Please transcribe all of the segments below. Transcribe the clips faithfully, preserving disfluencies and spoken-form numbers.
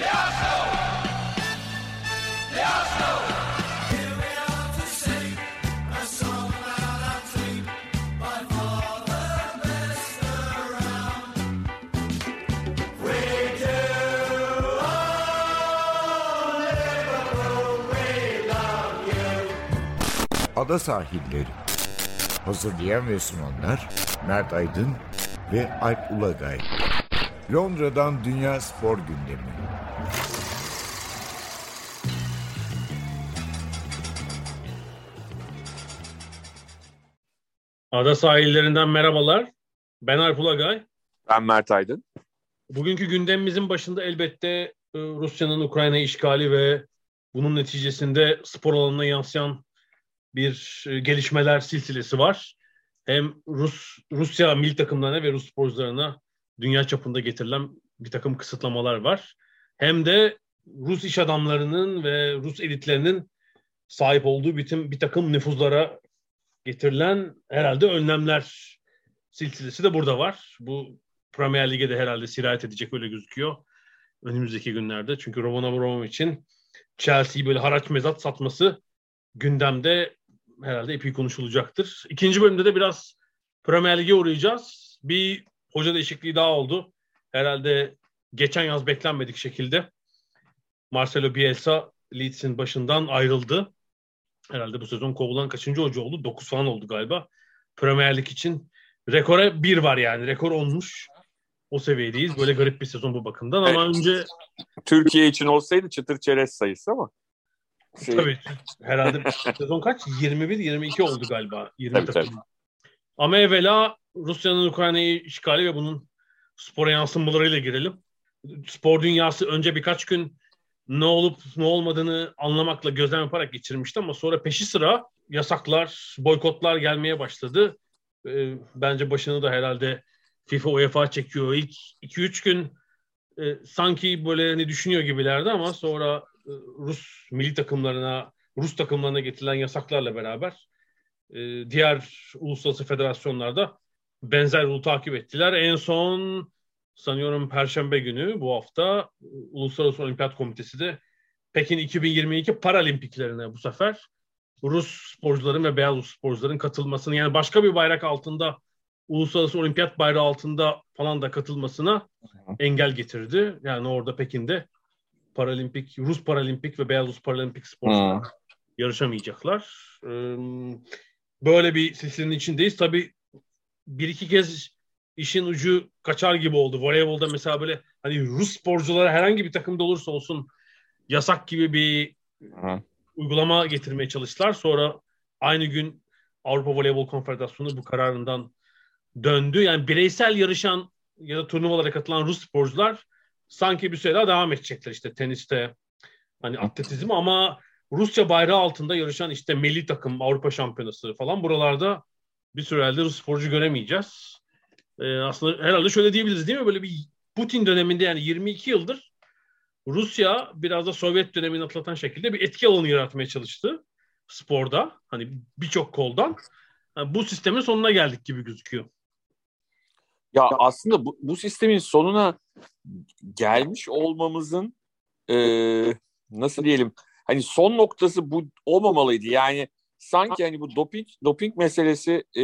Ada Sahilleri. Hazırlayan ve sunanlar Mert Aydın ve Alp Ulagay. Londra'dan Dünya Spor Gündemi. Ada sahillerinden merhabalar. Ben Alp Ulagay. Ben Mert Aydın. Bugünkü gündemimizin başında elbette Rusya'nın Ukrayna işgali ve bunun neticesinde spor alanına yansıyan bir gelişmeler silsilesi var. Hem Rus Rusya milli takımlarına ve Rus sporcularına dünya çapında getirilen bir takım kısıtlamalar var. Hem de Rus iş adamlarının ve Rus elitlerinin sahip olduğu bir, bir takım nüfuzlara getirilen herhalde önlemler silsilesi de burada var. Bu Premier Lig'e de herhalde sirayet edecek, öyle gözüküyor önümüzdeki günlerde. Çünkü Roman Abramovich'in Chelsea'yi böyle haraç mezat satması gündemde herhalde epey konuşulacaktır. İkinci bölümde de biraz Premier Lig'e uğrayacağız. Bir hoca değişikliği daha oldu. Herhalde geçen yaz beklenmedik şekilde Marcelo Bielsa Leeds'in başından ayrıldı. Herhalde bu sezon kovulan kaçıncı hoca oldu? dokuz falan oldu galiba. Premier Lig için rekora bir var yani. Rekor olmuş. O seviyedeyiz. Böyle garip bir sezon bu bakımdan ama evet. Önce... Türkiye için olsaydı çıtır çerez sayısı ama. Şey... Tabii. Herhalde sezon kaç? yirmi bir yirmi iki oldu galiba. yirmi tabii, tabii. Ama evvela Rusya'nın Ukrayna'yı işgali ve bunun spora yansımalarıyla girelim. Spor dünyası önce birkaç gün ne olup ne olmadığını anlamakla, gözlem yaparak geçirmişti ama sonra peşi sıra yasaklar, boykotlar gelmeye başladı. Ee, bence başını da herhalde FIFA, UEFA çekiyor. İlk iki üç gün e, sanki böyle hani düşünüyor gibilerdi ama sonra e, Rus milli takımlarına, Rus takımlarına getirilen yasaklarla beraber e, diğer uluslararası federasyonlarda benzer yolu takip ettiler. En son sanıyorum Perşembe günü bu hafta Uluslararası Olimpiyat Komitesi de Pekin iki bin yirmi iki Paralimpiklerine bu sefer Rus sporcuların ve beyaz Rus sporcuların katılmasını, yani başka bir bayrak altında, Uluslararası Olimpiyat bayrağı altında falan da katılmasına engel getirdi. Yani orada Pekin'de Paralimpik, Rus Paralimpik ve beyaz Rus Paralimpik sporcular yarışamayacaklar. Böyle bir silsilenin içindeyiz. Tabii bir iki kez işin ucu kaçar gibi oldu. Voleybolda mesela böyle hani Rus sporculara herhangi bir takımda olursa olsun yasak gibi bir Hı. uygulama getirmeye çalıştılar. Sonra aynı gün Avrupa Voleybol Konfederasyonu bu kararından döndü. Yani bireysel yarışan ya da turnuvalara katılan Rus sporcular sanki bir süre daha devam edecekler, işte teniste, hani atletizm, ama Rusya bayrağı altında yarışan işte milli takım, Avrupa Şampiyonası falan, buralarda bir süre elde Rus sporcu göremeyeceğiz. Ee, aslında herhalde şöyle diyebiliriz değil mi? Böyle bir Putin döneminde, yani yirmi iki yıldır Rusya biraz da Sovyet dönemini atlatan şekilde bir etki alanı yaratmaya çalıştı sporda. Hani birçok koldan. Yani bu sistemin sonuna geldik gibi gözüküyor. Ya aslında bu, bu sistemin sonuna gelmiş olmamızın e, nasıl diyelim, hani son noktası bu olmamalıydı. Yani sanki hani bu doping doping meselesi e,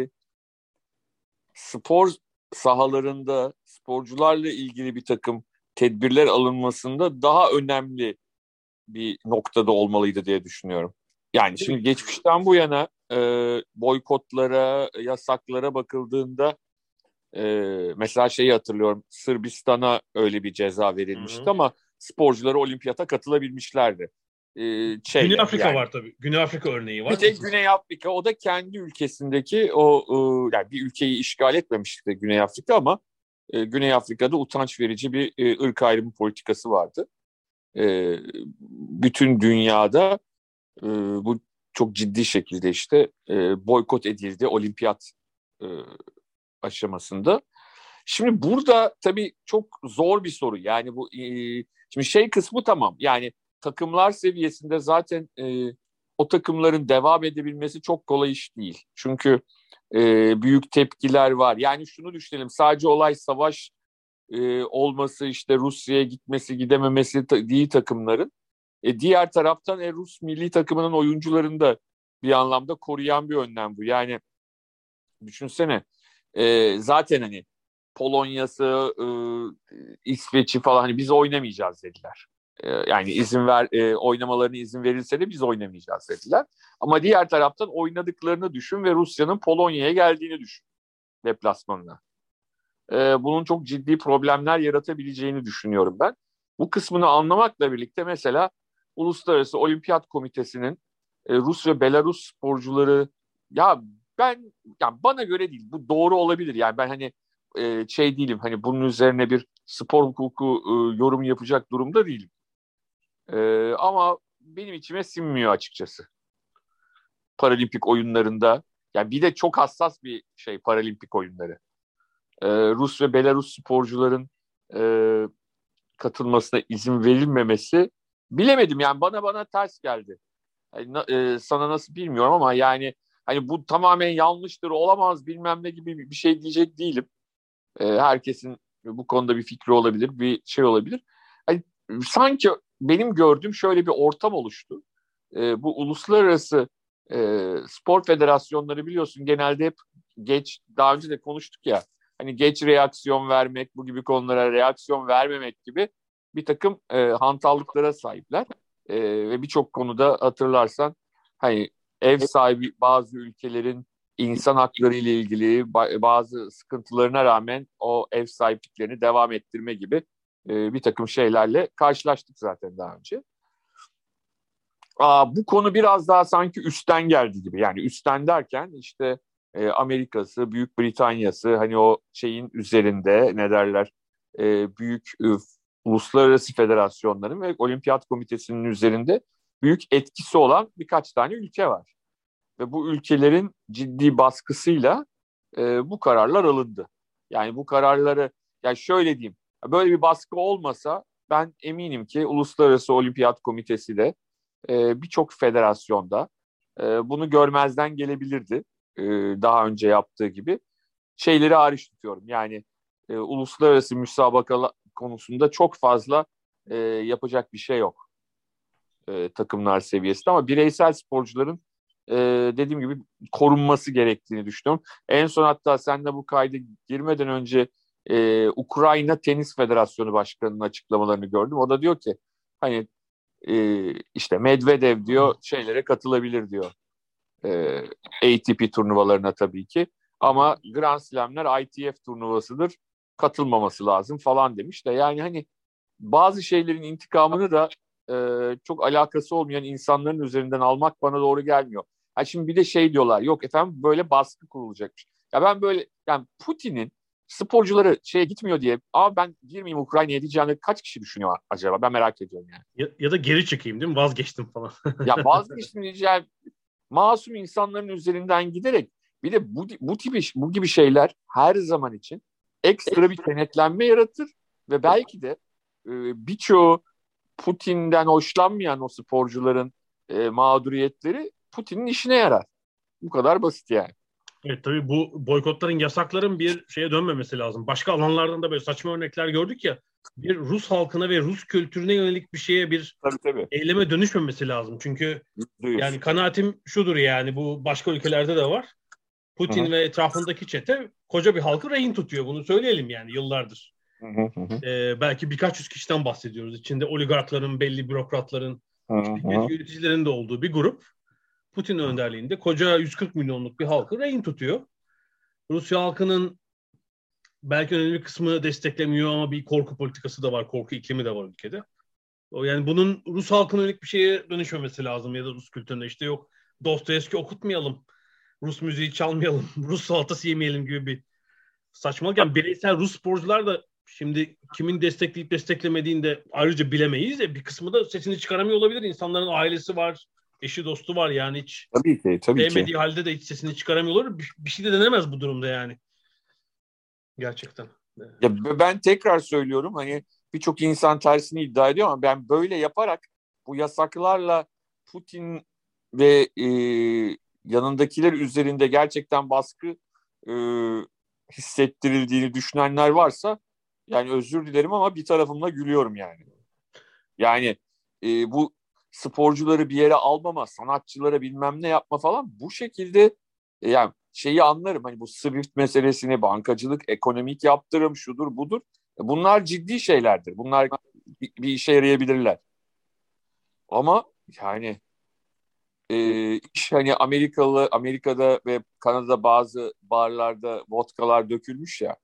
spor sahalarında sporcularla ilgili bir takım tedbirler alınmasında daha önemli bir noktada olmalıydı diye düşünüyorum. Yani şimdi geçmişten bu yana e, boykotlara, yasaklara bakıldığında e, mesela şeyi hatırlıyorum, Sırbistan'a öyle bir ceza verilmişti, hı hı, ama sporcuları olimpiyata katılabilmişlerdi. E, şeyle, Güney Afrika yani, var tabii. Güney Afrika örneği var. Bir tek Güney Afrika, o da kendi ülkesindeki o e, yani bir ülkeyi işgal etmemişti Güney Afrika, ama e, Güney Afrika'da utanç verici bir e, ırk ayrımı politikası vardı. E, bütün dünyada e, bu çok ciddi şekilde işte e, boykot edildi olimpiyat e, aşamasında. Şimdi burada tabii çok zor bir soru. Yani bu e, şimdi şey kısmı tamam. Yani takımlar seviyesinde zaten e, o takımların devam edebilmesi çok kolay iş değil. Çünkü e, büyük tepkiler var. Yani şunu düşünelim, sadece olay savaş e, olması, işte Rusya'ya gitmesi, gidememesi ta, değil takımların. E, diğer taraftan e, Rus milli takımının oyuncularını da bir anlamda koruyan bir önlem bu. Yani düşünsene e, zaten hani Polonya'sı, e, İsveç'i falan hani biz oynamayacağız dediler. E, yani izin ver e, oynamalarına izin verilse de biz oynamayacağız dediler. Ama diğer taraftan oynadıklarını düşün ve Rusya'nın Polonya'ya geldiğini düşün deplasmanına. E, bunun çok ciddi problemler yaratabileceğini düşünüyorum ben. Bu kısmını anlamakla birlikte mesela Uluslararası Olimpiyat Komitesi'nin e, Rus ve Belarus sporcuları ya ben ya bana göre değil. Bu doğru olabilir. Yani ben hani e, şey değilim. Hani bunun üzerine bir spor hukuku e, yorum yapacak durumda değilim. E, ama benim içime sinmiyor açıkçası. Paralimpik oyunlarında. Yani bir de çok hassas bir şey paralimpik oyunları. E, Rus ve Belarus sporcuların e, katılmasına izin verilmemesi bilemedim. Yani bana bana ters geldi. Yani, e, sana nasıl bilmiyorum ama yani hani bu tamamen yanlıştır, olamaz bilmem ne gibi bir şey diyecek değilim. E, herkesin bu konuda bir fikri olabilir, bir şey olabilir. Hani, sanki benim gördüğüm şöyle bir ortam oluştu. E, bu uluslararası e, spor federasyonları biliyorsun genelde hep geç, daha önce de konuştuk ya, hani geç reaksiyon vermek, bu gibi konulara reaksiyon vermemek gibi bir takım e, hantallıklara sahipler. E, ve birçok konuda hatırlarsan hani ev sahibi bazı ülkelerin insan hakları ile ilgili bazı sıkıntılarına rağmen o ev sahipliklerini devam ettirme gibi e, bir takım şeylerle karşılaştık zaten daha önce. Aa, bu konu biraz daha sanki üstten geldi gibi. Yani üstten derken işte e, Amerika'sı, Büyük Britanya'sı hani o şeyin üzerinde ne derler e, büyük e, uluslararası federasyonların ve olimpiyat komitesinin üzerinde büyük etkisi olan birkaç tane ülke var. Ve bu ülkelerin ciddi baskısıyla e, bu kararlar alındı. Yani bu kararları, yani şöyle diyeyim, böyle bir baskı olmasa ben eminim ki Uluslararası Olimpiyat Komitesi de e, birçok federasyonda e, bunu görmezden gelebilirdi. E, daha önce yaptığı gibi. Şeyleri hariç tutuyorum. Yani e, uluslararası müsabaka konusunda çok fazla e, yapacak bir şey yok e, takımlar seviyesinde ama bireysel sporcuların e, dediğim gibi korunması gerektiğini düşünüyorum. En son hatta sen de bu kayda girmeden önce e, Ukrayna Tenis Federasyonu Başkanı'nın açıklamalarını gördüm. O da diyor ki hani e, işte Medvedev diyor şeylere katılabilir diyor. E, A T P turnuvalarına tabii ki. Ama Grand Slam'ler I T F turnuvasıdır. Katılmaması lazım falan demiş de yani hani bazı şeylerin intikamını da e, çok alakası olmayan insanların üzerinden almak bana doğru gelmiyor. Ha şimdi bir de şey diyorlar, yok efendim böyle baskı kurulacakmış. Ya ben böyle yani Putin'in sporcuları şeye gitmiyor diye ama ben girmeyeyim Ukrayna'ya diyeceğini kaç kişi düşünüyor acaba? Ben merak ediyorum yani. Ya, ya da geri çıkayım değil mi? Vazgeçtim falan. Ya vazgeçtim diyeceğim masum insanların üzerinden giderek bir de bu, bu, tipi, bu gibi şeyler her zaman için ekstra bir kenetlenme yaratır ve belki de e, birçoğu Putin'den hoşlanmayan o sporcuların e, mağduriyetleri Putin'in işine yarar. Bu kadar basit yani. Evet tabii bu boykotların, yasakların bir şeye dönmemesi lazım. Başka alanlardan da böyle saçma örnekler gördük ya. Bir Rus halkına ve Rus kültürüne yönelik bir şeye, bir tabii, tabii. eyleme dönüşmemesi lazım. Çünkü Duyuyorsun. yani kanaatim şudur, yani bu başka ülkelerde de var. Putin Hı-hı. ve etrafındaki çete koca bir halkı rehin tutuyor. Bunu söyleyelim yani yıllardır. Ee, belki birkaç yüz kişiden bahsediyoruz. İçinde oligarkların, belli bürokratların, şirket yöneticilerin de olduğu bir grup. Putin önderliğinde koca yüz kırk milyonluk bir halkı rehin tutuyor. Rusya halkının belki önemli bir kısmı desteklemiyor ama bir korku politikası da var, korku iklimi de var ülkede. O yani bunun Rus halkına yönelik bir şeye dönüşmemesi lazım ya da Rus kültürüne işte yok Dostoyevski okutmayalım, Rus müziği çalmayalım, Rus salatası yemeyelim gibi bir saçmalık. Yani bireysel Rus sporcular da şimdi kimin destekleyip desteklemediğini de ayrıca bilemeyiz de bir kısmı da sesini çıkaramıyor olabilir. İnsanların ailesi var, eşi dostu var yani hiç tabii ki, tabii sevmediği ki. halde de hiç sesini çıkaramıyorlar. Bir, bir şey de denemez bu durumda yani. Gerçekten. Ya ben tekrar söylüyorum hani birçok insan tersini iddia ediyor ama ben böyle yaparak bu yasaklarla Putin ve e, yanındakiler üzerinde gerçekten baskı e, hissettirildiğini düşünenler varsa Yani özür dilerim ama bir tarafımla gülüyorum yani. Yani e, bu sporcuları bir yere almama, sanatçılara bilmem ne yapma falan bu şekilde e, yani şeyi anlarım. Hani bu Swift meselesini, bankacılık, ekonomik yaptırım, şudur budur. E, bunlar ciddi şeylerdir. Bunlar bir, bir işe yarayabilirler. Ama yani e, iş hani Amerikalı, Amerika'da ve Kanada'da bazı barlarda vodkalar dökülmüş ya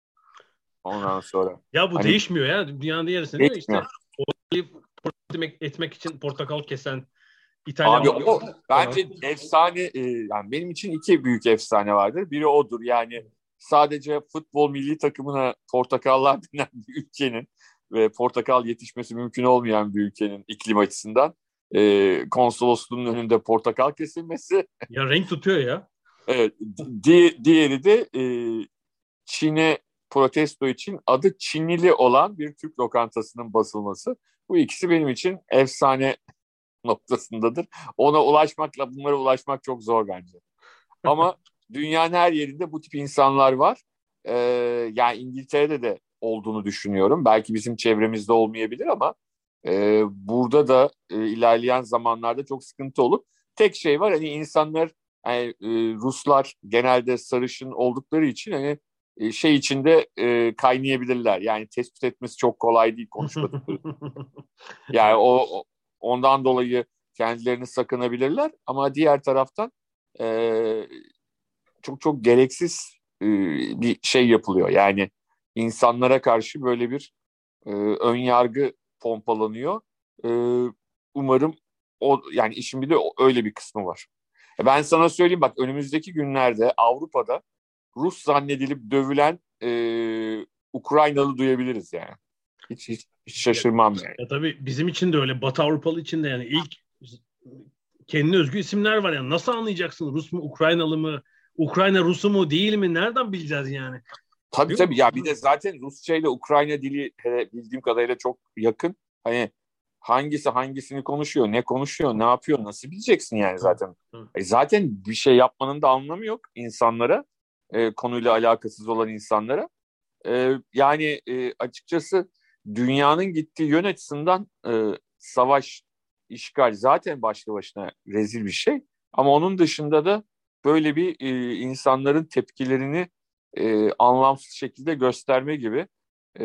ondan sonra. Ya bu Hani değişmiyor ya. Dünyanın yarısını değil mi? geçmiyor. İşte etmek, etmek için portakal kesen İtalyan Abi o falan. bence efsane e, yani benim için iki büyük efsane vardır. Biri odur yani sadece futbol milli takımına portakallar denen bir ülkenin ve portakal yetişmesi mümkün olmayan bir ülkenin iklim açısından e, konsolosluğun önünde portakal kesilmesi. Ya renk tutuyor ya. Evet, di- diğeri de e, Çin'e protesto için adı Çinili olan bir Türk lokantasının basılması. Bu ikisi benim için efsane noktasındadır. Ona ulaşmakla bunlara ulaşmak çok zor bence. Ama dünyanın her yerinde bu tip insanlar var. Ee, yani İngiltere'de de olduğunu düşünüyorum. Belki bizim çevremizde olmayabilir ama e, burada da e, ilerleyen zamanlarda çok sıkıntı olur. Tek şey var hani insanlar yani, e, Ruslar genelde sarışın oldukları için hani e, şey içinde e, kaynayabilirler. Yani tespit etmesi çok kolay değil konuşmadıkları. Yani o ondan dolayı kendilerini sakınabilirler ama diğer taraftan e, çok çok gereksiz e, bir şey yapılıyor. Yani insanlara karşı böyle bir e, ön yargı pompalanıyor. E, umarım o yani işin bir de öyle bir kısmı var. E, ben sana söyleyeyim bak önümüzdeki günlerde Avrupa'da Rus zannedilip dövülen e, Ukraynalı duyabiliriz yani. Hiç, hiç, hiç şaşırmam yani. Ya tabii bizim için de öyle. Batı Avrupalı için de yani ilk kendine özgü isimler var. Yani nasıl anlayacaksın? Rus mu, Ukraynalı mı? Ukrayna Rusu mu değil mi? Nereden bileceğiz yani? Tabii Değil tabii mi? ya bir de zaten Rusça ile Ukrayna dili hele bildiğim kadarıyla çok yakın. Hani hangisi hangisini konuşuyor, ne konuşuyor, ne yapıyor, nasıl bileceksin yani zaten. Hı. E zaten bir şey yapmanın da anlamı yok insanlara, e, konuyla alakasız olan insanlara. E, yani e, açıkçası dünyanın gittiği yön açısından e, savaş, işgal zaten başlı başına rezil bir şey. Ama onun dışında da böyle bir e, insanların tepkilerini e, anlamsız şekilde gösterme gibi e,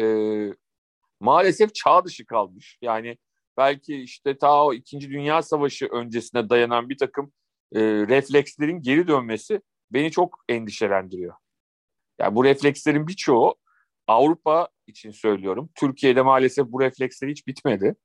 maalesef çağ dışı kalmış. Yani belki işte ta o İkinci Dünya Savaşı öncesine dayanan bir takım e, reflekslerin geri dönmesi beni çok endişelendiriyor. Yani bu reflekslerin birçoğu Avrupa için söylüyorum. Türkiye'de maalesef bu refleksler hiç bitmedi.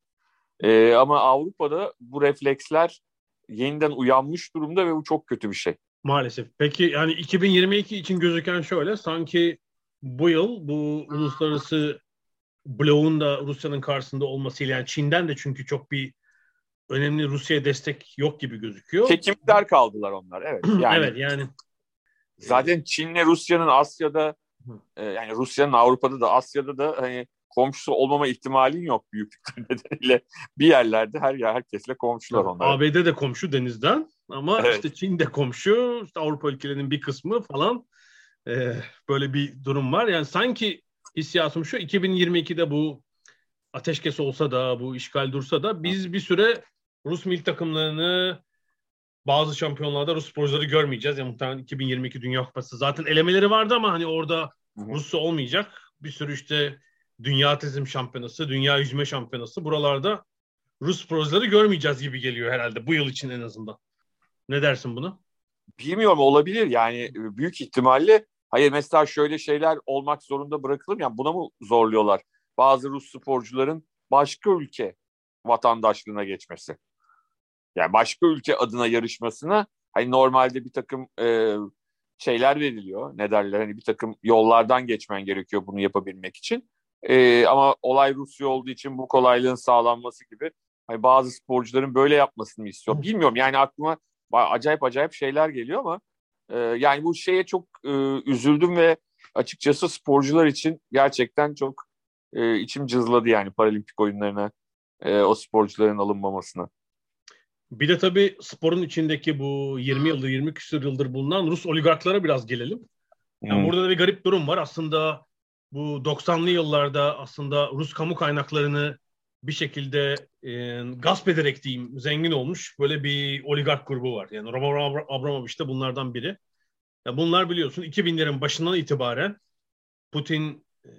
E, ama Avrupa'da bu refleksler yeniden uyanmış durumda ve bu çok kötü bir şey. Maalesef. Peki yani iki bin yirmi iki için gözüken şöyle sanki bu yıl bu uluslararası bloğun da Rusya'nın karşısında olmasıyla yani Çin'den de çünkü çok bir önemli Rusya'ya destek yok gibi gözüküyor. Çekimler kaldılar onlar. Evet. Yani evet yani. zaten Çin'le Rusya'nın Asya'da e, yani Rusya'nın Avrupa'da da Asya'da da hani komşusu olmama ihtimalin yok büyüklükleri nedeniyle. Bir yerlerde her yer herkesle komşular onlar. A B D de komşu denizden ama Evet. işte Çin de komşu, işte Avrupa ülkelerinin bir kısmı falan e, böyle bir durum var. Yani sanki hissiyatım şu iki bin yirmi ikide bu ateşkes olsa da bu işgal dursa da biz bir süre Rus milli takımlarını bazı şampiyonlarda Rus sporcuları görmeyeceğiz. Yani muhtemelen iki bin yirmi iki Dünya Kupası zaten elemeleri vardı ama hani orada Rusya olmayacak. Bir sürü işte Dünya Atletizm Şampiyonası, Dünya Yüzme Şampiyonası buralarda Rus sporcuları görmeyeceğiz gibi geliyor herhalde bu yıl için en azından. Ne dersin buna? Bilmiyorum olabilir yani büyük ihtimalle hayır mesela şöyle şeyler olmak zorunda bırakılır yani buna mı zorluyorlar? Bazı Rus sporcuların başka ülke vatandaşlığına geçmesi. Yani başka ülke adına yarışmasına hani normalde bir takım e, şeyler veriliyor. Ne derler hani bir takım yollardan geçmen gerekiyor bunu yapabilmek için. E, ama olay Rusya olduğu için bu kolaylığın sağlanması gibi hani bazı sporcuların böyle yapmasını istiyor. Bilmiyorum yani aklıma acayip acayip şeyler geliyor ama e, yani bu şeye çok e, üzüldüm ve açıkçası sporcular için gerçekten çok e, içim cızladı yani paralimpik oyunlarına e, o sporcuların alınmamasına. Bir de tabii sporun içindeki bu yirmi yıldır, yirmi küsur yıldır bulunan Rus oligarklara biraz gelelim. Yani hmm. burada da bir garip durum var. Aslında bu doksanlı yıllarda aslında Rus kamu kaynaklarını bir şekilde e, gasp ederek diyeyim zengin olmuş böyle bir oligark grubu var. Yani Roman Abramovich de bunlardan biri. Ya bunlar biliyorsun iki binlerin başından itibaren Putin e,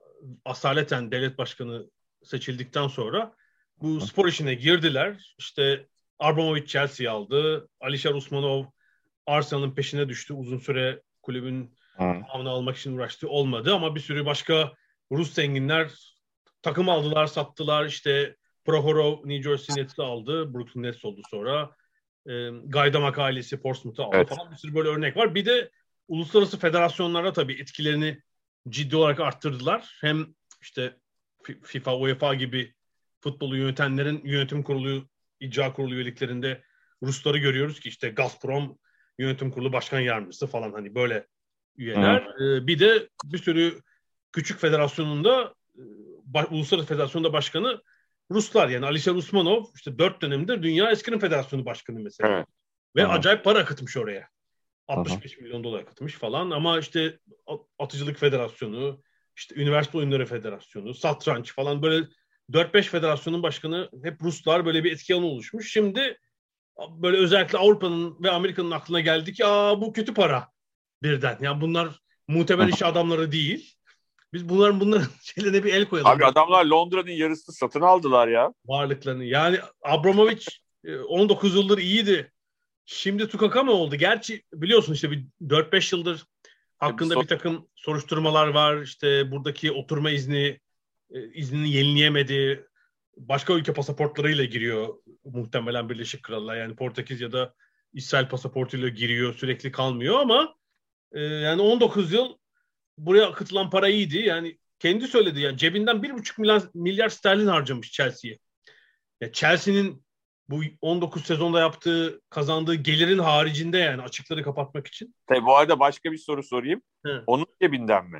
asaleten devlet başkanı seçildikten sonra bu spor işine girdiler. İşte Abramovich Chelsea'yi aldı. Alisher Usmanov Arsenal'ın peşine düştü. Uzun süre kulübün tamamını almak için uğraştı. Olmadı ama bir sürü başka Rus zenginler takım aldılar, sattılar. İşte Prohorov New Jersey Nets'i aldı. Brooklyn Nets oldu sonra. E, Gaydamak ailesi Portsmouth'u aldı Evet. falan. Bir sürü böyle örnek var. Bir de uluslararası federasyonlara tabii etkilerini ciddi olarak arttırdılar. Hem işte FIFA, UEFA gibi futbolu yönetenlerin yönetim kurulu, icra kurulu üyeliklerinde Rusları görüyoruz ki işte Gazprom yönetim kurulu başkan yardımcısı falan hani böyle üyeler. Ee, bir de bir sürü küçük federasyonunda e, uluslararası federasyonda başkanı Ruslar yani Alisher Usmanov işte dört dönemdir Dünya Eskrim Federasyonu Başkanı mesela. Evet. Ve Hı-hı. acayip para akıtmış oraya. altmış beş Hı-hı. milyon dolar akıtmış falan ama işte Atıcılık Federasyonu, işte Üniversite Oyunları Federasyonu, Satranç falan böyle dört beş federasyonun başkanı hep Ruslar böyle bir etki alanı oluşmuş. Şimdi böyle özellikle Avrupa'nın ve Amerika'nın aklına geldi ki aa bu kötü para birden. Yani bunlar muteber iş adamları değil. Biz bunların bunların şeylerine bir el koyalım. Abi adamlar Londra'nın yarısını satın aldılar ya. Varlıklarını. Yani Abramovich on dokuz yıldır iyiydi. Şimdi tukaka mı oldu? Gerçi biliyorsun işte bir dört beş yıldır hakkında bir, bir takım soruşturmalar var. İşte buradaki oturma izni iznini yenileyemedi. Başka ülke pasaportlarıyla giriyor muhtemelen Birleşik Krallığa. Yani Portekiz ya da İsrail pasaportuyla giriyor. Sürekli kalmıyor ama e, yani on dokuz yıl buraya akıtılan para iyiydi. Yani kendi söyledi yani cebinden bir buçuk milyar, milyar sterlin harcamış Chelsea'ye. Ya Chelsea'nin bu on dokuz sezonda yaptığı, kazandığı gelirin haricinde yani açıkları kapatmak için. Tabii bu arada başka bir soru sorayım. He. Onun cebinden mi?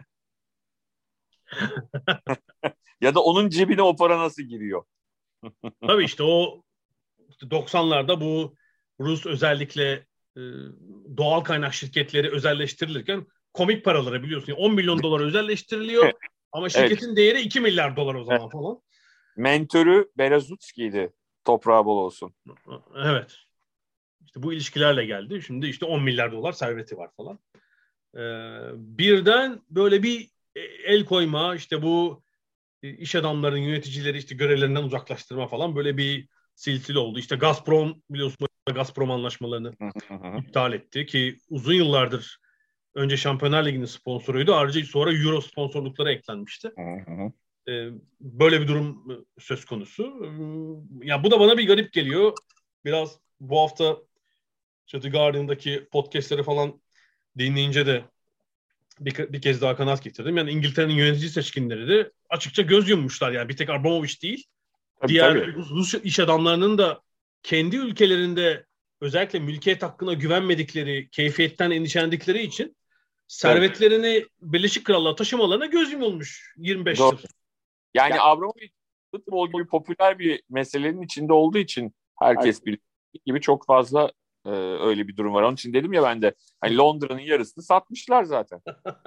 Ya da onun cebine o para nasıl giriyor? Tabii işte o işte doksanlarda bu Rus özellikle e, doğal kaynak şirketleri özelleştirilirken komik paraları biliyorsun. on milyon dolar özelleştiriliyor ama şirketin evet. değeri iki milyar dolar o zaman evet. falan. Mentörü Berezutski'ydi. Toprağı bol olsun. Evet. İşte bu ilişkilerle geldi. Şimdi işte on milyar dolar serveti var falan. Ee, birden böyle bir el koyma, işte bu iş adamlarının, yöneticileri işte görevlerinden uzaklaştırma falan böyle bir silsile oldu. İşte Gazprom biliyorsun Gazprom anlaşmalarını iptal etti ki uzun yıllardır önce Şampiyonlar Ligi'nin sponsoruydu. Ayrıca sonra Euro sponsorluklara eklenmişti. Ee, böyle bir durum söz konusu. Ee, ya bu da bana bir garip geliyor. Biraz bu hafta işte The Guardian'daki podcastleri falan dinleyince de bir, bir kez daha kanaat getirdim. Yani İngiltere'nin yönetici seçkinleri de açıkça göz yummuşlar. Yani bir tek Abramovich değil. Tabii, diğer tabii. Rus iş adamlarının da kendi ülkelerinde özellikle mülkiyet hakkına güvenmedikleri, keyfiyetten endişelendikleri için servetlerini evet. Birleşik Krallığa taşımalarına göz yumulmuş yirmi beş yıl. Yani ya, Abramovich futbol gibi popüler bir meselenin içinde olduğu için herkes bilir gibi çok fazla e, öyle bir durum var. Onun için dedim ya ben de hani Londra'nın yarısını satmışlar zaten.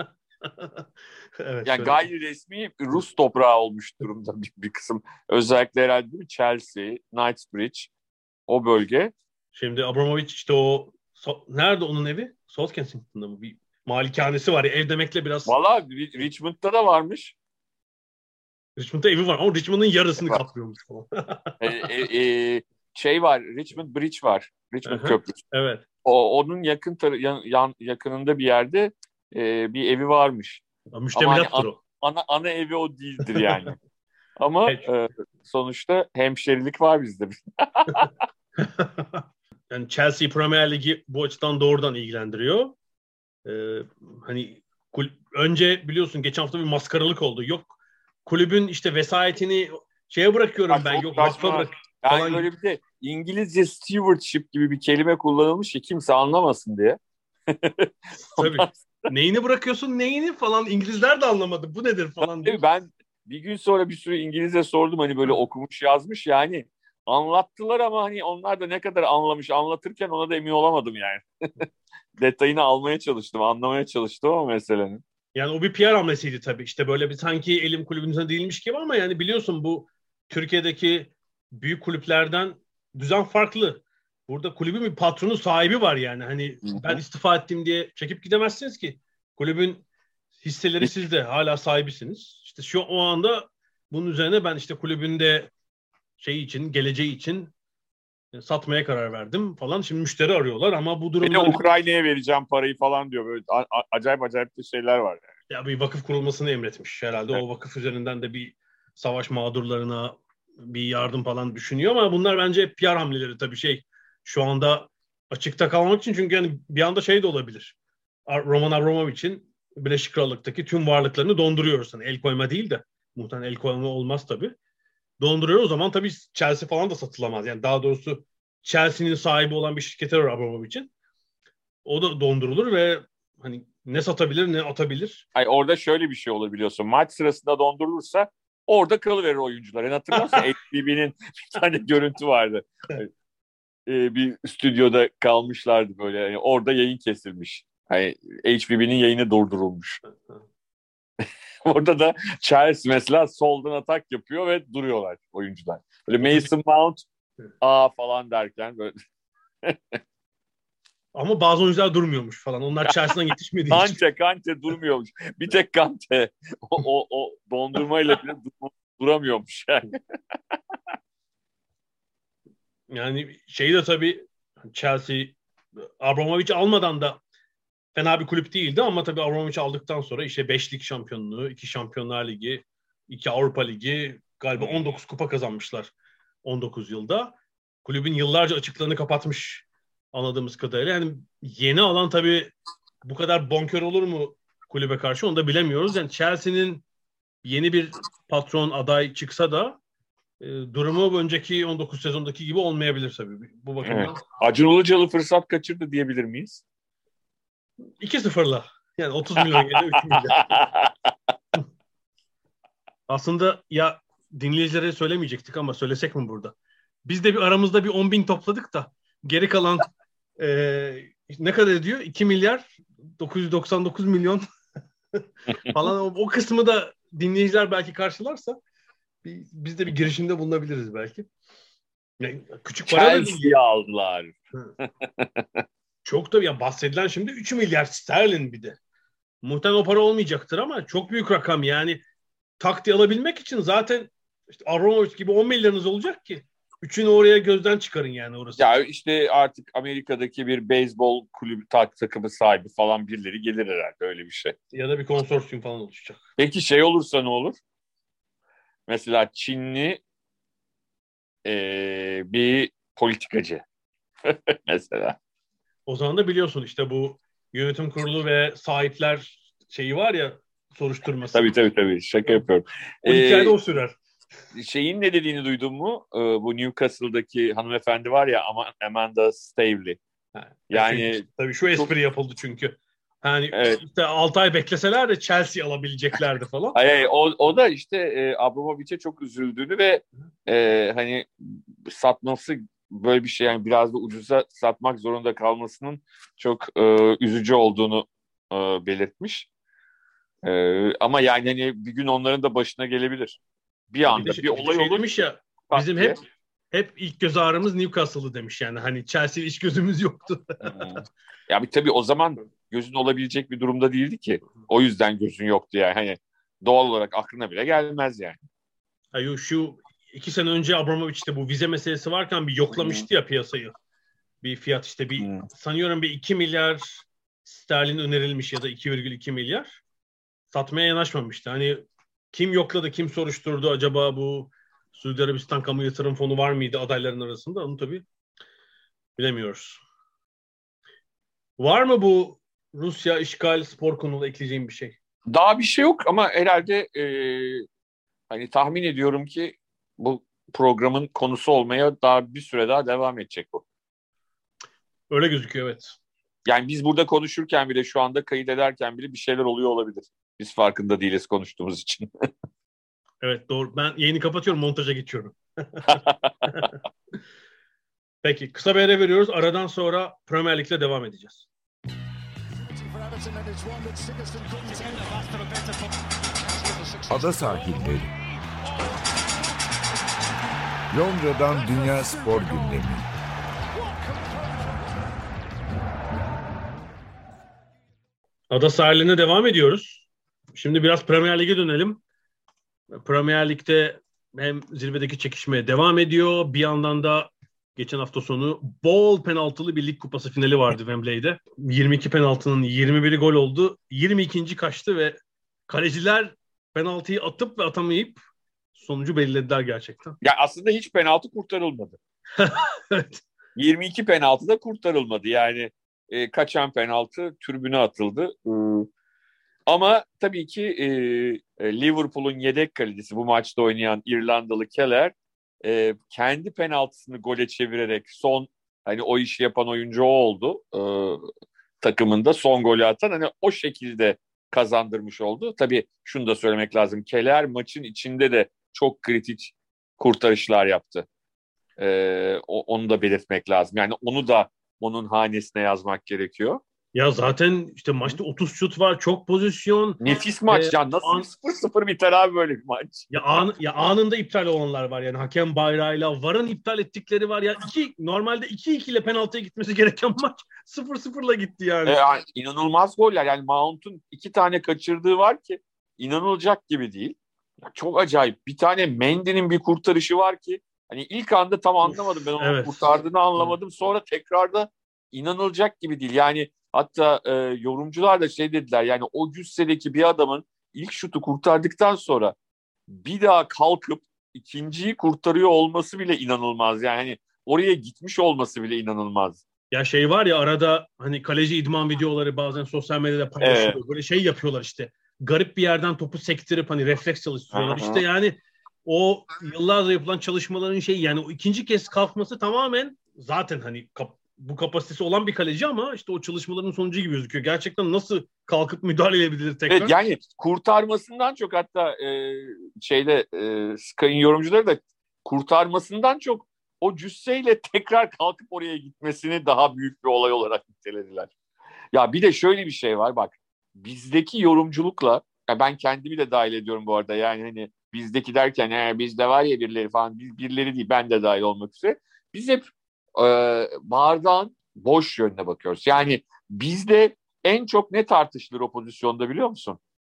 evet, yani gayri resmi Rus toprağı olmuş durumda bir, bir kısım. Özellikle herhalde değil mi? Chelsea, Knightsbridge o bölge. Şimdi Abramovich işte o so, nerede onun evi? South Kensington'da mı? Bir malikanesi var ya, ev demekle biraz. Valla Richmond'da da varmış. Richmond'da evi var ama Richmond'ın yarısını kaplıyormuş falan. e, e, e, şey var, Richmond Bridge var. Richmond Köprüsü. Evet. O onun yakın tar- yan, yan yakınında bir yerde e, bir evi varmış. Müştemilattır hani, o. Ana ana evi o değildir yani. Ama e, sonuçta hemşerilik var bizde. Yani Chelsea Premier Ligi bu açıdan doğrudan ilgilendiriyor. Ee, hani kul- önce biliyorsun geçen hafta bir maskaralık oldu. Yok kulübün işte vesayetini şeye bırakıyorum ya ben. Yok vakfa bırak. Yani falan böyle bir de İngilizce stewardship gibi bir kelime kullanılmış ki kimse anlamasın diye. Tabii. Neyini bırakıyorsun neyini falan İngilizler de anlamadı. Bu nedir falan diye. Ben bir gün sonra bir sürü İngilizce sordum hani böyle okumuş yazmış yani. Anlattılar ama hani onlar da ne kadar anlamış anlatırken ona da emin olamadım yani. Detayını almaya çalıştım, anlamaya çalıştım ama meselenin. Yani o bir P R hamlesiydi tabii. İşte böyle bir sanki elim kulübün üzerine değilmiş gibi ama yani biliyorsun bu Türkiye'deki büyük kulüplerden düzen farklı. Burada kulübün bir patronu, sahibi var yani. Hani ben istifa ettim diye çekip gidemezsiniz ki. Kulübün hisseleri sizde. Hala sahibisiniz. İşte şu o anda bunun üzerine ben işte kulübünde şey için, geleceği için satmaya karar verdim falan. Şimdi müşteri arıyorlar ama bu durumda... Ukrayna'ya vereceğim parayı falan diyor. Böyle a- acayip acayip bir şeyler var yani. Ya bir vakıf kurulmasını emretmiş herhalde. Evet. O vakıf üzerinden de bir savaş mağdurlarına bir yardım falan düşünüyor ama bunlar bence P R hamleleri tabii şey. Şu anda açıkta kalmak için, çünkü yani bir anda şey de olabilir. Roman Abramovich'in Birleşik Krallık'taki tüm varlıklarını donduruyoruz. Yani el koyma değil de muhtemelen el koyma olmaz tabii. Donduruyor, o zaman tabii Chelsea falan da satılamaz. Yani daha doğrusu Chelsea'nin sahibi olan bir şirketi var Abramovich'in. O da dondurulur ve hani ne satabilir ne atabilir. Ay orada şöyle bir şey olabiliyorsun. Maç sırasında dondurulursa orada kalıverir oyuncular. Yani hatırlarsın H B B'nin bir tane görüntü vardı. Ee, bir stüdyoda kalmışlardı böyle. Yani orada yayın kesilmiş. Hani H B B'nin yayını durdurulmuş. Orada da Chelsea mesela soldan atak yapıyor ve duruyorlar oyuncular. Böyle Mason Mount aa falan derken böyle. Ama bazı oyuncular durmuyormuş falan. Onlar Chelsea'den yetişmediği için. Kante, Kante durmuyormuş. Bir tek Kante o, o, o dondurmayla bile dur- duramıyormuş yani. Yani şeyi de tabii Chelsea Abramovich almadan da fena bir kulüp değildi ama tabii Abramovich aldıktan sonra işte beşlik şampiyonluğu, iki Şampiyonlar Ligi, iki Avrupa Ligi, galiba on dokuz kupa kazanmışlar on dokuz yılda. Kulübün yıllarca açıklarını kapatmış anladığımız kadarıyla. Yani yeni alan tabii bu kadar bonkör olur mu kulübe karşı, onu da bilemiyoruz. Yani Chelsea'nin yeni bir patron aday çıksa da e, durumu önceki on dokuz sezondaki gibi olmayabilir tabii. Bu bakımdan. Evet. Acun Ilıcalı fırsat kaçırdı diyebilir miyiz? iki sıfırla. Yani otuz milyon yerine üç milyon. Aslında ya dinleyicilere söylemeyecektik ama söylesek mi burada? Biz de bir aramızda bir on bin topladık da geri kalan e, ne kadar ediyor? iki milyar dokuz yüz doksan dokuz milyon falan. O, o kısmı da dinleyiciler belki karşılarsa bir, biz de bir girişimde bulunabiliriz belki. Yani küçük para da Chelsea'yi aldılar. Çok da ya bahsedilen şimdi üç milyar sterlin bir de. Muhtemelen o para olmayacaktır ama çok büyük rakam yani. Taktiği alabilmek için zaten işte Abramovich gibi on milyarınız olacak ki üçünü oraya gözden çıkarın yani orası. Ya işte artık Amerika'daki bir beyzbol kulübü tak, takımı sahibi falan birileri gelir herhalde, öyle bir şey. Ya da bir konsorsiyum falan oluşacak. Peki şey olursa ne olur? Mesela Çinli ee, bir politikacı mesela. O zaman da biliyorsun işte bu yönetim kurulu ve sahipler şeyi var ya, soruşturması. Tabii tabii tabii şaka yapıyorum. O hikayede ee, o sürer. Şeyin ne dediğini duydun mu? Ee, bu Newcastle'daki hanımefendi var ya, Amanda Staveley. Ha, yani çünkü, tabii şu espri çok... yapıldı çünkü. Hani evet. işte altı ay bekleseler de Chelsea alabileceklerdi falan. Hayır, hayır o, o da işte e, Abramovich'e çok üzüldüğünü ve e, hani satması böyle bir şey, yani biraz da ucuza satmak zorunda kalmasının çok e, üzücü olduğunu e, belirtmiş. E, ama yani hani bir gün onların da başına gelebilir. Bir anda bir, şey, bir olay şey olur. Demiş ya, bizim hep hep ilk göz ağrımız Newcastle'ı demiş yani. Hani Chelsea'de hiç gözümüz yoktu. Ya bir tabii o zaman gözün olabilecek bir durumda değildi ki. O yüzden gözün yoktu yani. Hani doğal olarak aklına bile gelmez yani. Hayır, şu iki sene önce Abramovich'te bu vize meselesi varken bir yoklamıştı hmm. ya piyasayı. Bir fiyat işte bir hmm. sanıyorum bir iki milyar sterlin önerilmiş ya da iki virgül iki milyar. Satmaya yanaşmamıştı. Hani kim yokladı, kim soruşturdu acaba, bu Suudi Arabistan Kamu Yatırım Fonu var mıydı adayların arasında? Onu tabii bilemiyoruz. Var mı bu Rusya işgal spor konulu ekleyeceğim bir şey? Daha bir şey yok ama herhalde e, hani tahmin ediyorum ki bu programın konusu olmaya daha bir süre daha devam edecek bu. Öyle gözüküyor, evet. Yani biz burada konuşurken bile, şu anda kayıt ederken bile bir şeyler oluyor olabilir. Biz farkında değiliz konuştuğumuz için. Evet doğru. Ben yayını kapatıyorum, montaja geçiyorum. Peki kısa bir ara veriyoruz. Aradan sonra Premier Lig'le devam edeceğiz. Ada sahilleri. Londra'dan Dünya Spor Gündemi. Ada sahiline devam ediyoruz. Şimdi biraz Premier Lig'e dönelim. Premier Lig'de hem zirvedeki çekişmeye devam ediyor. Bir yandan da geçen hafta sonu bol penaltılı bir lig kupası finali vardı Wembley'de. yirmi iki penaltının yirmi biri gol oldu. yirmi ikinci kaçtı ve kaleciler penaltıyı atıp ve atamayıp sonucu belirlediler gerçekten. Ya aslında hiç penaltı kurtarılmadı. Evet. yirmi iki penaltı da kurtarılmadı. Yani e, kaçan penaltı tribüne atıldı. E, ama tabii ki e, Liverpool'un yedek kalecisi bu maçta oynayan İrlandalı Keller e, kendi penaltısını gole çevirerek son hani o işi yapan oyuncu o oldu. E, takımında son golü atan hani o şekilde kazandırmış oldu. Tabii şunu da söylemek lazım. Keller maçın içinde de çok kritik kurtarışlar yaptı. Ee, onu da belirtmek lazım. Yani onu da onun hanesine yazmak gerekiyor. Ya zaten işte maçta otuz şut var, çok pozisyon. Nefis maç. Ee, ya nasıl an... sıfır sıfır biter abi böyle bir maç? Ya, an, ya anında iptal olanlar var yani hakem bayrağıyla. VAR'ın iptal ettikleri var. Ya iki, normalde iki iki ile penaltıya gitmesi gereken maç sıfır sıfırla gitti yani. Ee, yani. İnanılmaz goller. Yani Mount'un iki tane kaçırdığı var ki inanılacak gibi değil. Ya çok acayip. Bir tane Mendy'nin bir kurtarışı var ki hani ilk anda tam anlamadım. Ben onu evet. kurtardığını anlamadım. Sonra tekrarda inanılacak gibi değil. Yani hatta e, yorumcular da şey dediler. Yani o cüssedeki bir adamın ilk şutu kurtardıktan sonra bir daha kalkıp ikinciyi kurtarıyor olması bile inanılmaz. Yani oraya gitmiş olması bile inanılmaz. Ya şey var ya arada hani kaleci idman videoları bazen sosyal medyada paylaşılıyor. Evet. Böyle şey yapıyorlar işte. Garip bir yerden topu sektirip hani refleks çalıştırıyorlar. Aha. İşte yani o yıllardır yapılan çalışmaların şeyi yani o ikinci kez kalkması tamamen zaten hani kap, bu kapasitesi olan bir kaleci ama işte o çalışmaların sonucu gibi gözüküyor. Gerçekten nasıl kalkıp müdahale edebilir tekrar? Evet, yani kurtarmasından çok hatta e, şeyde e, Sky'ın yorumcuları da kurtarmasından çok o cüsseyle tekrar kalkıp oraya gitmesini daha büyük bir olay olarak nitelediler. Ya bir de şöyle bir şey var bak. Bizdeki yorumculukla ya ben kendimi de dahil ediyorum bu arada yani hani bizdeki derken e, bizde var ya birileri falan biz birileri değil ben de dahil olmak üzere biz hep e, bardağın boş yönüne bakıyoruz. Yani bizde en çok ne tartışılır o pozisyonda biliyor musun?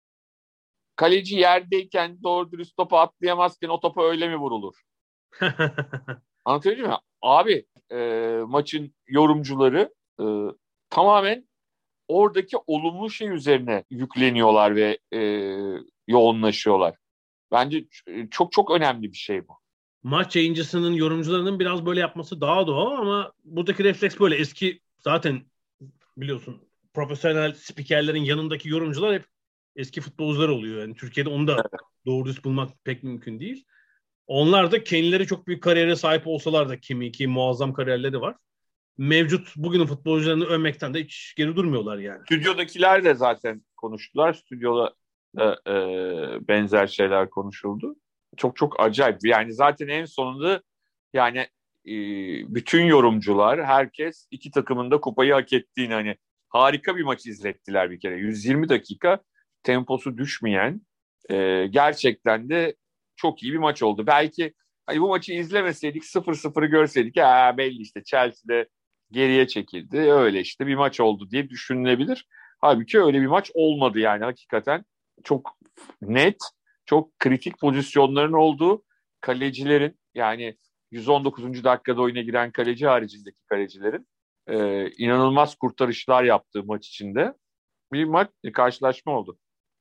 Kaleci yerdeyken doğru dürüst topa atlayamazken o topa öyle mi vurulur? Anlatabiliyor muyum? Abi e, maçın yorumcuları e, tamamen oradaki olumlu şey üzerine yükleniyorlar ve e, yoğunlaşıyorlar. Bence çok çok önemli bir şey bu. Maç yayıncısının, yorumcularının biraz böyle yapması daha doğal ama buradaki refleks böyle. Eski zaten biliyorsun profesyonel spikerlerin yanındaki yorumcular hep eski futbolcular oluyor. Yani Türkiye'de onu da evet. doğru düz bulmak pek mümkün değil. Onlar da kendileri çok büyük kariyere sahip olsalar da kimi ki muazzam kariyerleri var. Mevcut bugünün futbolcularını övmekten de hiç geri durmuyorlar yani. Stüdyodakiler de zaten konuştular. Stüdyoda da e, benzer şeyler konuşuldu. Çok çok acayip. Yani zaten en sonunda yani e, bütün yorumcular, herkes iki takımın da kupayı hak ettiğini hani harika bir maç izlettiler bir kere. yüz yirmi dakika temposu düşmeyen e, gerçekten de çok iyi bir maç oldu. Belki hani bu maçı izlemeseydik sıfır sıfırı görseydik ha belli işte Chelsea'de geriye çekildi. Öyle işte bir maç oldu diye düşünülebilir. Halbuki öyle bir maç olmadı yani hakikaten çok net, çok kritik pozisyonların olduğu kalecilerin yani yüz on dokuzuncu dakikada oyuna giren kaleci haricindeki kalecilerin e, inanılmaz kurtarışlar yaptığı maç içinde bir maç bir karşılaşma oldu.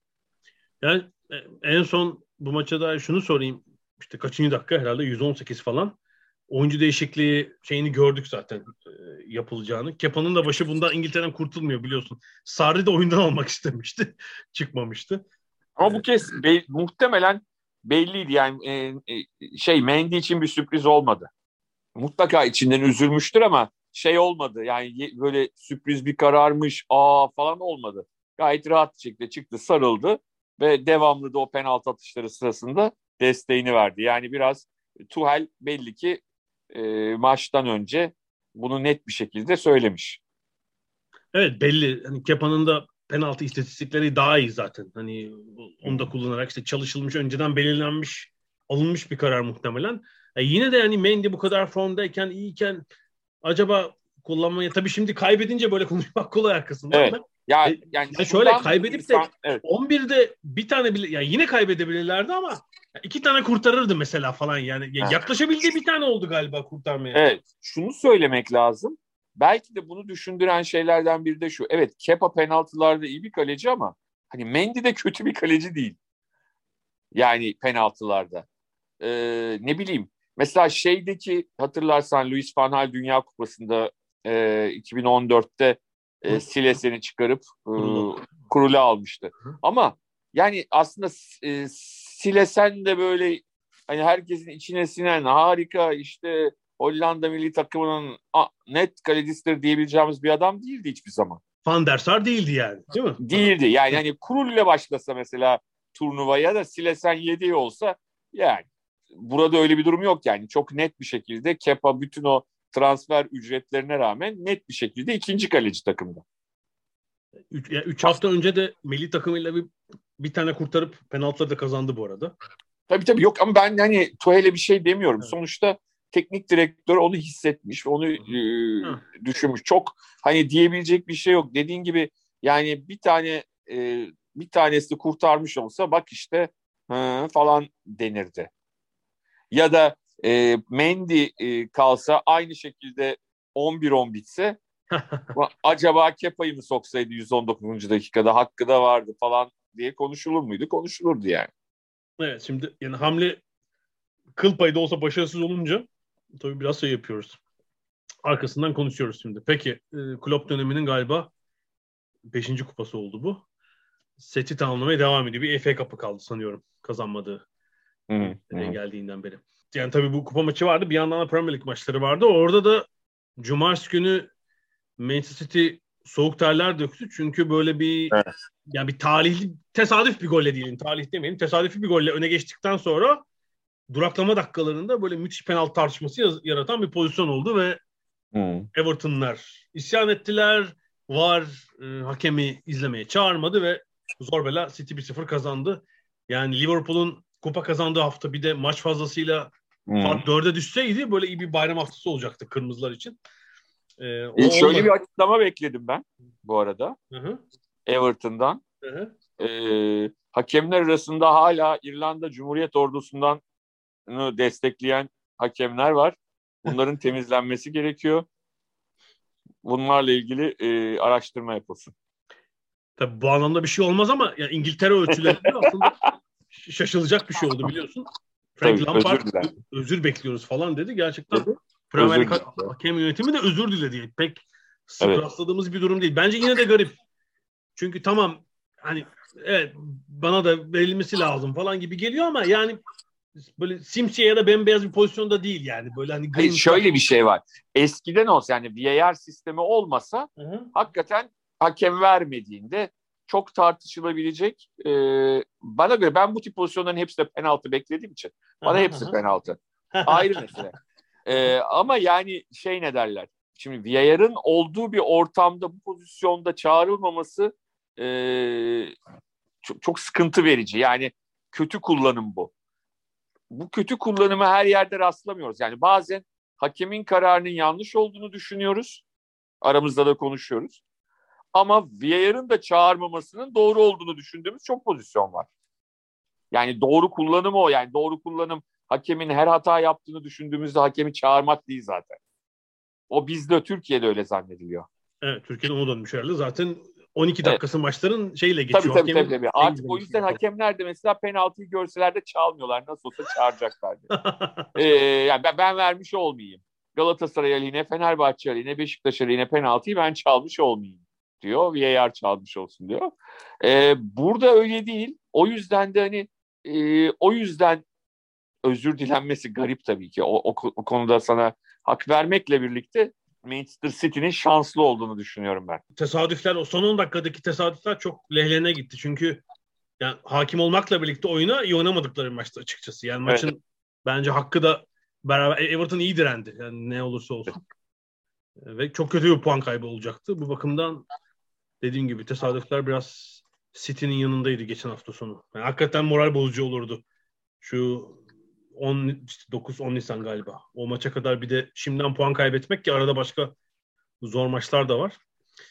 Yani en son bu maça dair şunu sorayım. İşte kaçıncı dakika herhalde yüz on sekiz falan. Oyuncu değişikliği şeyini gördük zaten e, yapılacağını. Kepa'nın da başı bundan İngiltere'den kurtulmuyor biliyorsun. Sarri de oyundan almak istemişti. Çıkmamıştı. Ama bu kez be, muhtemelen belliydi yani e, e, şey Mendy için bir sürpriz olmadı. Mutlaka içinden üzülmüştür ama şey olmadı. Yani böyle sürpriz bir kararmış aa falan olmadı. Gayet rahat bir şekilde çıktı, sarıldı ve devamlı da o penaltı atışları sırasında desteğini verdi. Yani biraz Tuchel belli ki e, maçtan önce bunu net bir şekilde söylemiş. Evet belli. Hani Kepa'nın da penaltı istatistikleri daha iyi zaten. Hani onu da kullanarak işte çalışılmış, önceden belirlenmiş, alınmış bir karar muhtemelen. E yine de yani Mendy bu kadar formdayken, iyiyken acaba kullanmaya, tabii şimdi kaybedince böyle konuşmak kolay arkasından. Evet. Ama Ya e, yani ya şöyle kaybedip insan, de evet. on birde bir tane bile, ya yine kaybedebilirlerdi ama iki tane kurtarırdı mesela falan yani. Ya Evet. yaklaşabildiği bir tane oldu galiba kurtarmaya. Evet. Şunu söylemek lazım. Belki de bunu düşündüren şeylerden biri de şu. Evet, Kepa penaltılarda iyi bir kaleci ama hani Mendy de kötü bir kaleci değil. Yani penaltılarda. Ee, ne bileyim. Mesela şeydeki, hatırlarsan Louis van Gaal Dünya Kupası'nda e, iki bin on dörtte e, Silesen'i çıkarıp e, Krul'ü almıştı. Hı. Ama yani aslında e, Silesen de böyle hani herkesin içine sinen harika işte Hollanda milli takımının a, net kalecisidir diyebileceğimiz bir adam değildi hiçbir zaman. Van der Sar değildi yani, değil mi? Değildi. Yani hani Krul ile başlasa mesela turnuvaya da Silesen yediği olsa yani burada öyle bir durum yok yani. Çok net bir şekilde Kepa bütün o transfer ücretlerine rağmen net bir şekilde ikinci kaleci takımda. Üç, yani üç hafta önce de milli takımıyla bir bir tane kurtarıp penaltıları da kazandı bu arada. Tabii tabii yok ama ben hani Tuhel'e bir şey demiyorum. Evet. Sonuçta teknik direktör onu hissetmiş, onu e, düşünmüş. Çok hani diyebilecek bir şey yok. Dediğin gibi yani bir tane e, bir tanesi kurtarmış olsa bak işte hı, falan denirdi. Ya da e, Mendy e, kalsa aynı şekilde on bir on bitse acaba Kepa'yı mı soksaydı yüz on dokuzuncu dakikada hakkı da vardı falan diye konuşulur muydu? Konuşulurdu yani. Evet, şimdi yani hamle kıl payı da olsa başarısız olunca tabii biraz şey yapıyoruz. Arkasından konuşuyoruz şimdi. Peki e, Klopp döneminin galiba beşinci kupası oldu bu. Seti tamamlamaya devam ediyor. Bir F A Cup'ı kaldı sanıyorum kazanmadığı Hı, hı. geldiğinden beri. Yani tabii bu kupa maçı vardı. Bir yandan da Premier League maçları vardı. Orada da Cumartesi günü Manchester City soğuk terler döktü. Çünkü böyle bir Evet. yani bir talihli, tesadüf bir golle diyelim. Talih demeyelim. Tesadüfi bir golle öne geçtikten sonra duraklama dakikalarında böyle müthiş penaltı tartışması yaratan bir pozisyon oldu ve Hı. Everton'lar isyan ettiler. V A R e, hakemi izlemeye çağırmadı ve zor bela City bir sıfır kazandı. Yani Liverpool'un kupa kazandığı hafta bir de maç fazlasıyla fark dörde düşseydi böyle iyi bir bayram haftası olacaktı kırmızılar için. Ee, o e şöyle olmadı. bir açıklama bekledim ben bu arada. Hı-hı. Everton'dan. Hı-hı. Ee, hakemler arasında hala İrlanda Cumhuriyet Ordusu'ndan destekleyen hakemler var. Bunların temizlenmesi gerekiyor. Bunlarla ilgili e, araştırma yapılsın. Tabii bu anlamda bir şey olmaz ama yani İngiltere ölçülerinde aslında şaşılacak bir şey oldu biliyorsun. Frank Tabii, Lampard özür, özür bekliyoruz falan dedi. Gerçekten Dedi. Premier Özür League hakem yönetimi de özür diledi. Pek sık Evet. rastladığımız bir durum değil. Bence yine de garip. Çünkü tamam hani evet bana da verilmesi lazım falan gibi geliyor ama yani böyle simsiyah ya da bembeyaz bir pozisyonda değil yani. Böyle hani Hayır, şöyle bir şey var. Eskiden olsa yani V A R sistemi olmasa Hı-hı. hakikaten hakem vermediğinde çok tartışılabilecek e, bana göre ben bu tip pozisyonların hepsinde penaltı beklediğim için bana Hı-hı. hepsi penaltı. Ayrı mesele. E, ama yani şey ne derler? Şimdi V A R'ın olduğu bir ortamda bu pozisyonda çağrılmaması e, çok, çok sıkıntı verici. Yani kötü kullanım bu. Bu kötü kullanımı her yerde rastlamıyoruz. Yani bazen hakemin kararının yanlış olduğunu düşünüyoruz. Aramızda da konuşuyoruz. Ama V A R'ın da çağırmamasının doğru olduğunu düşündüğümüz çok pozisyon var. Yani doğru kullanım o. Yani doğru kullanım hakemin her hata yaptığını düşündüğümüzde hakemi çağırmak değil zaten. O bizde Türkiye'de öyle zannediliyor. Evet, Türkiye'de ona dönmüş herhalde. Zaten on iki dakikası evet. Maçların şeyle geçiyor. Tabii tabii, tabii, tabii. Artık o yüzden hakemler de mesela penaltıyı görseler de çalmıyorlar. Nasıl olsa çağıracaklar diye. ee, yani ben, ben vermiş olmayayım. Galatasaray aleyhine, Fenerbahçe aleyhine, Beşiktaş aleyhine penaltıyı ben çalmış olmayayım diyor. V A R çalmış olsun diyor. Ee, burada öyle değil. O yüzden de hani e, o yüzden özür dilenmesi garip tabii ki. O, o, o konuda sana hak vermekle birlikte Manchester City'nin şanslı olduğunu düşünüyorum ben. Tesadüfler, o son on dakikadaki tesadüfler çok lehlerine gitti. Çünkü yani hakim olmakla birlikte oyuna iyi oynamadıkları maçta açıkçası. Yani maçın evet. Bence hakkı da beraber Everton iyi direndi. Yani ne olursa olsun. Evet. Ve çok kötü bir puan kaybı olacaktı. Bu bakımdan dediğim gibi tesadüfler biraz City'nin yanındaydı geçen hafta sonu. Yani hakikaten moral bozucu olurdu. Şu on dokuz on Nisan galiba. O maça kadar bir de şimdiden puan kaybetmek ki arada başka zor maçlar da var.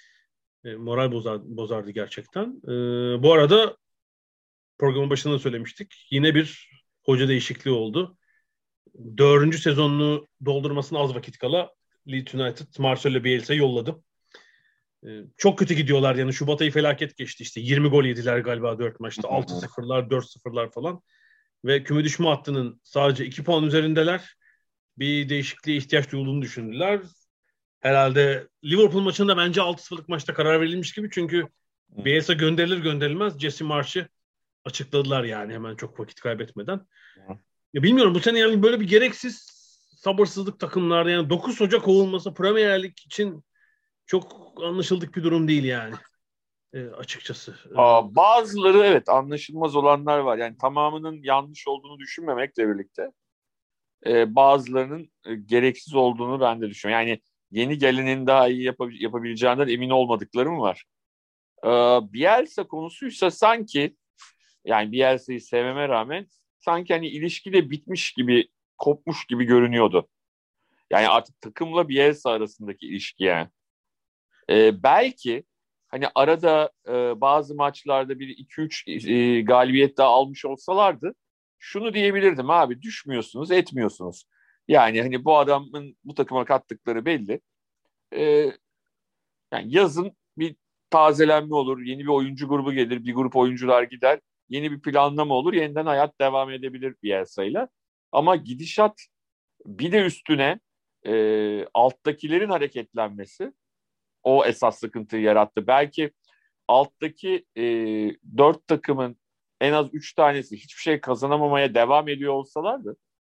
E, moral bozar, bozardı gerçekten. E, bu arada programın başında söylemiştik. Yine bir hoca değişikliği oldu. Dördüncü sezonunu doldurmasına az vakit kala Leeds United Marcelo Bielsa'yı yolladı. E, çok kötü gidiyorlar yani. Şubat ayı felaket geçti işte. yirmi gol yediler galiba dört maçta. altı sıfırlar, dört sıfırlar falan. Ve küme düşme hattının sadece iki puan üzerindeler. Bir değişikliğe ihtiyaç duyulduğunu düşündüler. Herhalde Liverpool maçında bence altı sıfırlık maçta karar verilmiş gibi. Çünkü Bielsa gönderilir gönderilmez Jesse Marsch'ı açıkladılar yani hemen çok vakit kaybetmeden. Ya bilmiyorum bu sene yani böyle bir gereksiz sabırsızlık takımlarda yani dokuz Ocak kovulması Premier Lig için çok anlaşıldık bir durum değil yani. E, açıkçası. Aa, bazıları evet anlaşılmaz olanlar var. Yani tamamının yanlış olduğunu düşünmemekle birlikte e, bazılarının e, gereksiz olduğunu ben de düşünüyorum. Yani yeni gelenin daha iyi yap- yapabileceğinden emin olmadıklarım var. Ee, Bielsa konusuysa sanki yani Bielsa'yı sevmeme rağmen sanki hani ilişki de bitmiş gibi, kopmuş gibi görünüyordu. Yani artık takımla Bielsa arasındaki ilişki yani. Ee, belki hani arada e, bazı maçlarda bir iki üç e, galibiyet daha almış olsalardı şunu diyebilirdim abi düşmüyorsunuz, etmiyorsunuz. Yani hani bu adamın bu takıma kattıkları belli. Ee, yani yazın bir tazelenme olur, yeni bir oyuncu grubu gelir, bir grup oyuncular gider, yeni bir planlama olur, yeniden hayat devam edebilir Bielsa'yla. Ama gidişat bir de üstüne e, alttakilerin hareketlenmesi o esas sıkıntıyı yarattı. Belki alttaki e, dört takımın en az üç tanesi hiçbir şey kazanamamaya devam ediyor olsalardı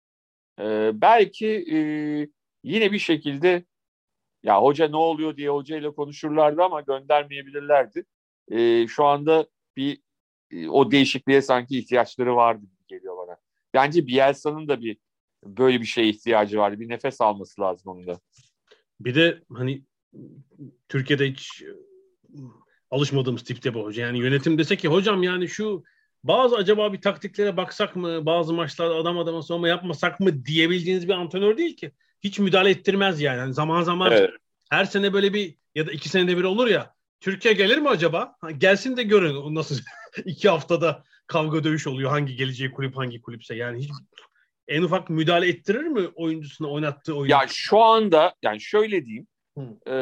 e, belki e, yine bir şekilde ya hoca ne oluyor diye hocayla konuşurlardı ama göndermeyebilirlerdi. E, şu anda bir e, o değişikliğe sanki ihtiyaçları vardı gibi geliyor bana. Bence Bielsa'nın da bir böyle bir şeye ihtiyacı vardı. Bir nefes alması lazım onun da. Bir de hani Türkiye'de hiç alışmadığımız tipte bu hoca. Yani yönetim dese ki hocam yani şu bazı acaba bir taktiklere baksak mı, bazı maçlarda adam adama savunma yapmasak mı diyebildiğiniz bir antrenör değil ki. Hiç müdahale ettirmez yani. Yani zaman zaman evet. Her sene böyle bir ya da iki senede bir olur ya. Türkiye gelir mi acaba? Ha, gelsin de görün nasıl iki haftada kavga dövüş oluyor. Hangi geleceği kulüp hangi kulüpse. Yani hiç en ufak müdahale ettirir mi oyuncusuna oynattığı oyunu? Ya şu anda yani şöyle diyeyim. E,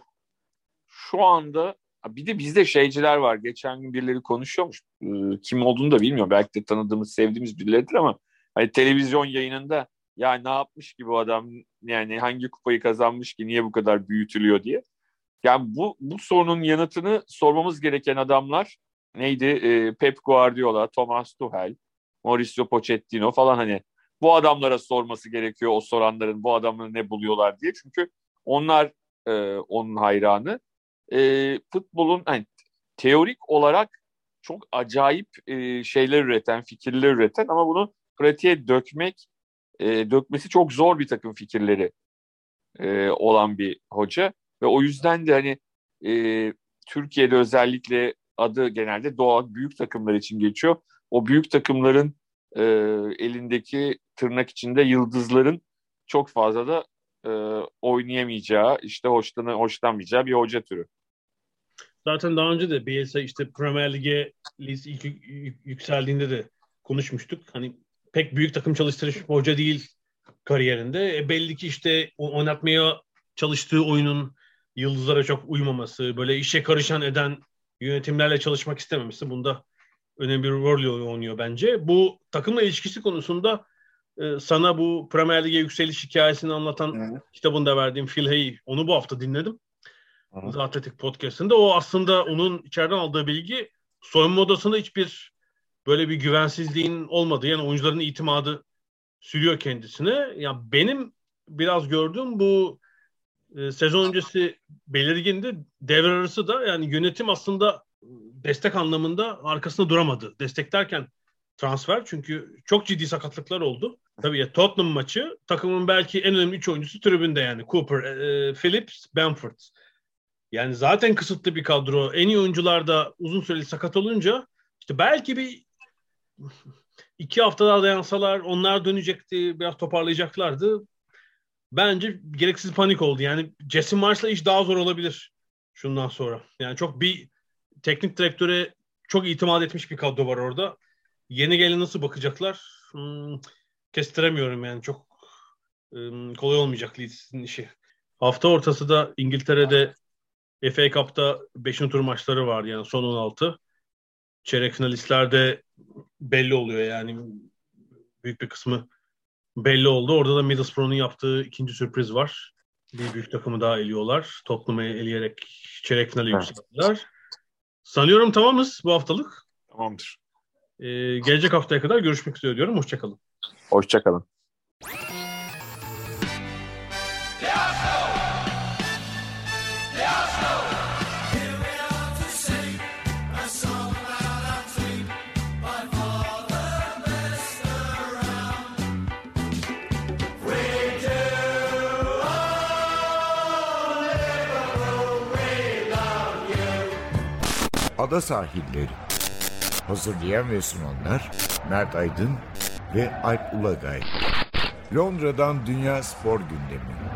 şu anda bir de bizde şeyciler var. Geçen gün birileri konuşuyormuş. E, kim olduğunu da bilmiyorum. Belki de tanıdığımız, sevdiğimiz birileridir ama hani televizyon yayınında ya ne yapmış ki bu adam yani hangi kupayı kazanmış ki niye bu kadar büyütülüyor diye. Yani bu bu sorunun yanıtını sormamız gereken adamlar neydi? E, Pep Guardiola, Thomas Tuchel, Mauricio Pochettino falan hani bu adamlara sorması gerekiyor o soranların bu adamları ne buluyorlar diye. Çünkü onlar e, onun hayranı. E, futbolun hani, teorik olarak çok acayip e, şeyler üreten, fikirler üreten ama bunu pratiğe dökmek e, dökmesi çok zor bir takım fikirleri e, olan bir hoca ve o yüzden de hani e, Türkiye'de özellikle adı genelde doğal büyük takımlar için geçiyor. O büyük takımların e, elindeki tırnak içinde yıldızların çok fazla da e, oynayamayacağı, işte hoşlan hoşlanmayacağı bir hoca türü. Zaten daha önce de Bielsa işte Premier Lig'e ilk yükseldiğinde de konuşmuştuk. Hani pek büyük takım çalıştırmış bir hoca değil kariyerinde. E belli ki işte oynatmaya çalıştığı oyunun yıldızlara çok uymaması, böyle işe karışan eden yönetimlerle çalışmak istememesi bunda önemli bir rol oynuyor bence. Bu takımla ilişkisi konusunda e, sana bu Premier Lig'e yükseliş hikayesini anlatan evet. kitabında verdiğim Phil Hay, onu bu hafta dinledim. The Athletic Podcast'ında. O aslında onun içeriden aldığı bilgi soyunma odasında hiçbir böyle bir güvensizliğin olmadığı yani oyuncuların itimadı sürüyor kendisine. Ya benim biraz gördüğüm bu e, sezon öncesi belirgindi. Devre arası da yani yönetim aslında destek anlamında arkasında duramadı. Destek derken transfer çünkü çok ciddi sakatlıklar oldu. Tabii ya Tottenham maçı takımın belki en önemli üç oyuncusu tribünde yani Cooper, e, Phillips, Bamford. Yani zaten kısıtlı bir kadro. En iyi oyuncular da uzun süreli sakat olunca işte belki bir iki hafta daha dayansalar onlar dönecekti. Biraz toparlayacaklardı. Bence gereksiz panik oldu. Yani Jesse Marsh'la iş daha zor olabilir şundan sonra. Yani çok bir teknik direktöre çok itimat etmiş bir kadro var orada. Yeni gelene nasıl bakacaklar? Hmm, kestiremiyorum yani. Çok um, kolay olmayacak Leeds'in işi. Hafta ortası da İngiltere'de F A Cup'ta beşinci tur maçları var yani son on altı. Çeyrek finalistlerde belli oluyor yani büyük bir kısmı belli oldu. Orada da Middlesbrough'un yaptığı ikinci sürpriz var. Bir büyük takımı daha eliyorlar. Tottenham'ı eleyerek çeyrek finale Evet. yükseldiler. Sanıyorum tamamız bu haftalık. Tamamdır. Ee, gelecek haftaya kadar görüşmek üzere diyorum. Hoşçakalın. Hoşçakalın. Ada Sahilleri. Hazırlayan ve sunanlar Mert Aydın ve Alp Ulagay. Londra'dan Dünya Spor Gündemi.